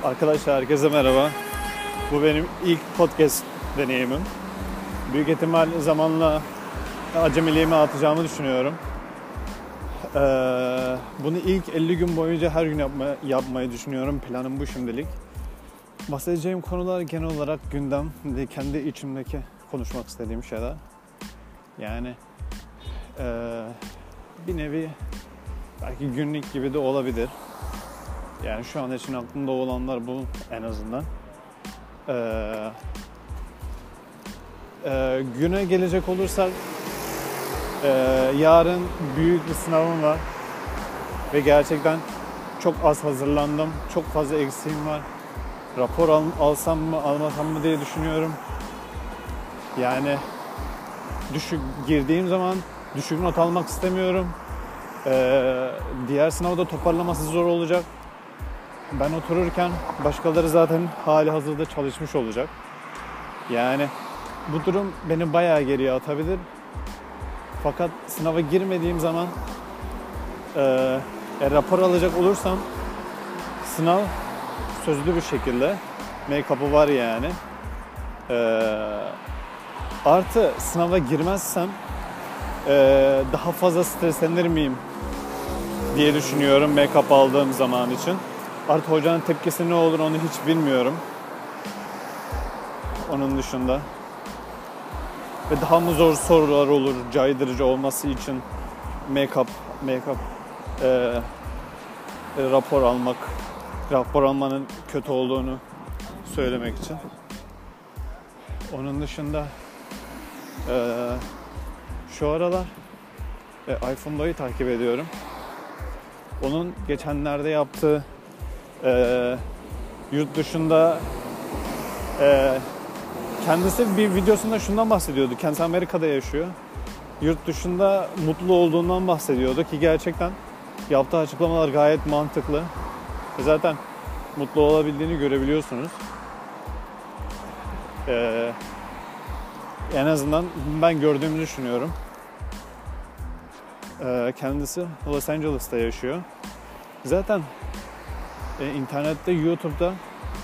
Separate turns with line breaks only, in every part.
Arkadaşlar herkese merhaba. Bu benim ilk podcast deneyimim. Büyük ihtimal zamanla acemiliğime atacağımı düşünüyorum. Bunu ilk 50 gün boyunca her gün yapmayı düşünüyorum. Planım bu şimdilik. Bahsedeceğim konular genel olarak gündem ve kendi içimdeki konuşmak istediğim şeyler. Yani bir nevi belki günlük gibi de olabilir. Yani şu an için aklımda olanlar bu en azından. Güne gelecek olursak yarın büyük bir sınavım var ve gerçekten çok az hazırlandım. Çok fazla eksiğim var. Rapor alsam mı almasam mı diye düşünüyorum. Yani girdiğim zaman düşük not almak istemiyorum. Diğer sınavda toparlaması zor olacak. Ben otururken başkaları zaten hali hazırda çalışmış olacak. Yani bu durum beni bayağı geriye atabilir. Fakat sınava girmediğim zaman rapor alacak olursam sınav sözlü bir şekilde make-up'ı var yani. Artı sınava girmezsem daha fazla streslenir miyim diye düşünüyorum make-up aldığım zaman için. Artı hocanın tepkisi ne olur onu hiç bilmiyorum. Onun dışında. Ve daha mı zor sorular olur caydırıcı olması için make-up rapor almanın kötü olduğunu söylemek için. Onun dışında şu aralar iPhone'dayı takip ediyorum. Onun geçenlerde yaptığı yurt dışında kendisi bir videosunda şundan bahsediyordu. Kendisi Amerika'da yaşıyor. Yurt dışında mutlu olduğundan bahsediyordu ki gerçekten yaptığı açıklamalar gayet mantıklı. Zaten mutlu olabildiğini görebiliyorsunuz. En azından ben gördüğümü düşünüyorum. Kendisi Los Angeles'ta yaşıyor. Zaten internette, YouTube'da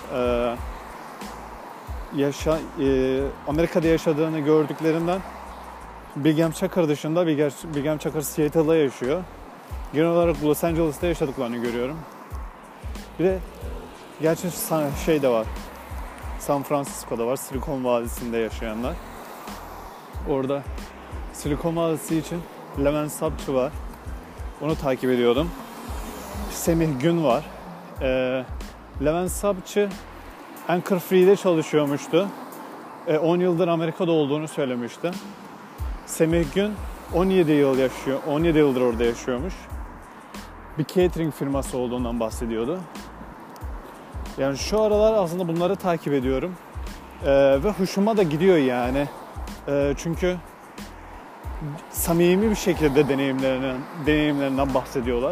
Amerika'da yaşadığını gördüklerinden Bilgem Çakır dışında Bilgem Çakır Seattle'da yaşıyor. Genel olarak Los Angeles'ta yaşadıklarını görüyorum. Bir de gerçi şey de var. San Francisco'da var. Silikon Vadisi'nde yaşayanlar. Orada Silikon Vadisi için Levent Sapçı var. Onu takip ediyordum. Semih Gün var. Levent Sapçı Anchor Free'de çalışıyormuştu. 10 yıldır Amerika'da olduğunu söylemişti. Semih Gün 17 yıldır orada yaşıyormuş. Bir catering firması olduğundan bahsediyordu. Yani şu aralar aslında bunları takip ediyorum. Ve hoşuma da gidiyor yani. Çünkü samimi bir şekilde deneyimlerinden bahsediyorlar.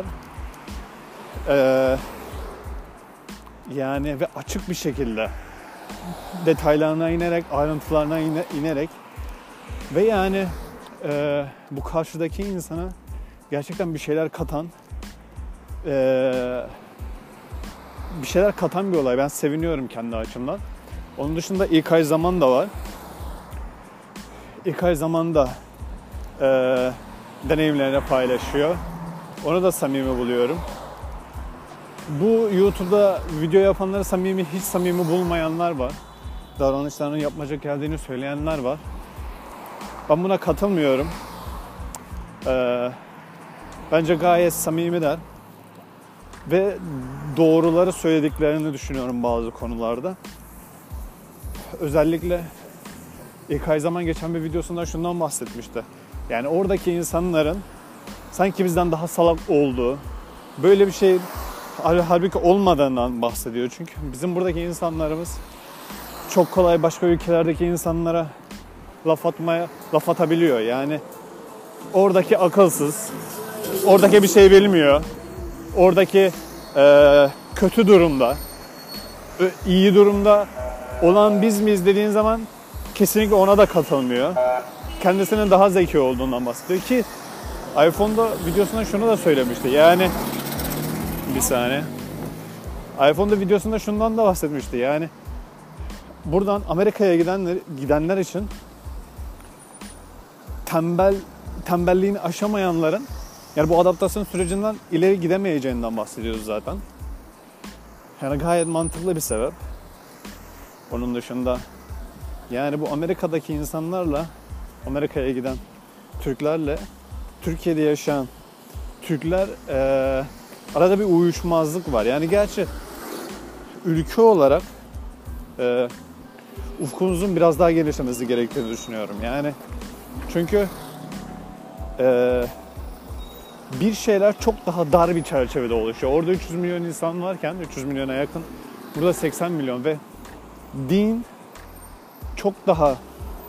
Yani ve açık bir şekilde detaylarına inerek, ayrıntılarına inerek ve yani bu karşıdaki insana gerçekten bir şeyler katan bir olay. Ben seviniyorum kendi açımdan. Onun dışında İlkay Zaman da var. İlkay Zaman da deneyimlerini paylaşıyor. Onu da samimi buluyorum. Bu YouTube'da video yapanları hiç samimi bulmayanlar var. Davranışlarının yapmacık geldiğini söyleyenler var. Ben buna katılmıyorum. Bence gayet samimiler. Ve doğruları söylediklerini düşünüyorum bazı konularda. Özellikle İlkay Zaman geçen bir videosunda şundan bahsetmişti. Yani oradaki insanların sanki bizden daha salak olduğu, böyle bir şey halbuki olmadığından bahsediyor. Çünkü bizim buradaki insanlarımız çok kolay başka ülkelerdeki insanlara laf atabiliyor. Yani oradaki akılsız, oradaki bir şey bilmiyor, oradaki kötü durumda, iyi durumda olan biz miyiz dediğin zaman kesinlikle ona da katılmıyor. Kendisinin daha zeki olduğundan bahsediyor ki iPhone'da videosunda şunu da söylemişti. Yani bir saniye. iPhone'da videosunda şundan da bahsetmişti. Yani buradan Amerika'ya gidenler için tembelliğini aşamayanların, yani bu adaptasyon sürecinden ileri gidemeyeceğinden bahsediyoruz zaten. Yani gayet mantıklı bir sebep. Onun dışında yani bu Amerika'daki insanlarla, Amerika'ya giden Türklerle Türkiye'de yaşayan Türkler arada bir uyuşmazlık var. Yani gerçi ülke olarak ufkumuzun biraz daha genişlemesi gerektiğini düşünüyorum. Yani çünkü bir şeyler çok daha dar bir çerçevede oluşuyor. Orada 300 milyon insan varken, 300 milyona yakın, burada 80 milyon ve din çok daha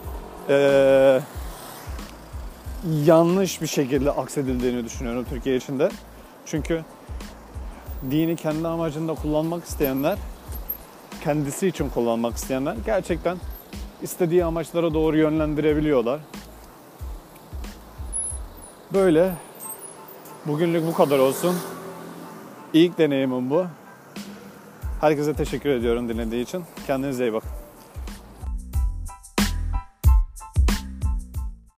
yanlış bir şekilde aksedildiğini düşünüyorum Türkiye içinde. Çünkü dini kendi amacında kullanmak isteyenler, kendisi için kullanmak isteyenler gerçekten istediği amaçlara doğru yönlendirebiliyorlar. Böyle. Bugünlük bu kadar olsun. İlk deneyimim bu. Herkese teşekkür ediyorum dinlediği için. Kendinize iyi bakın.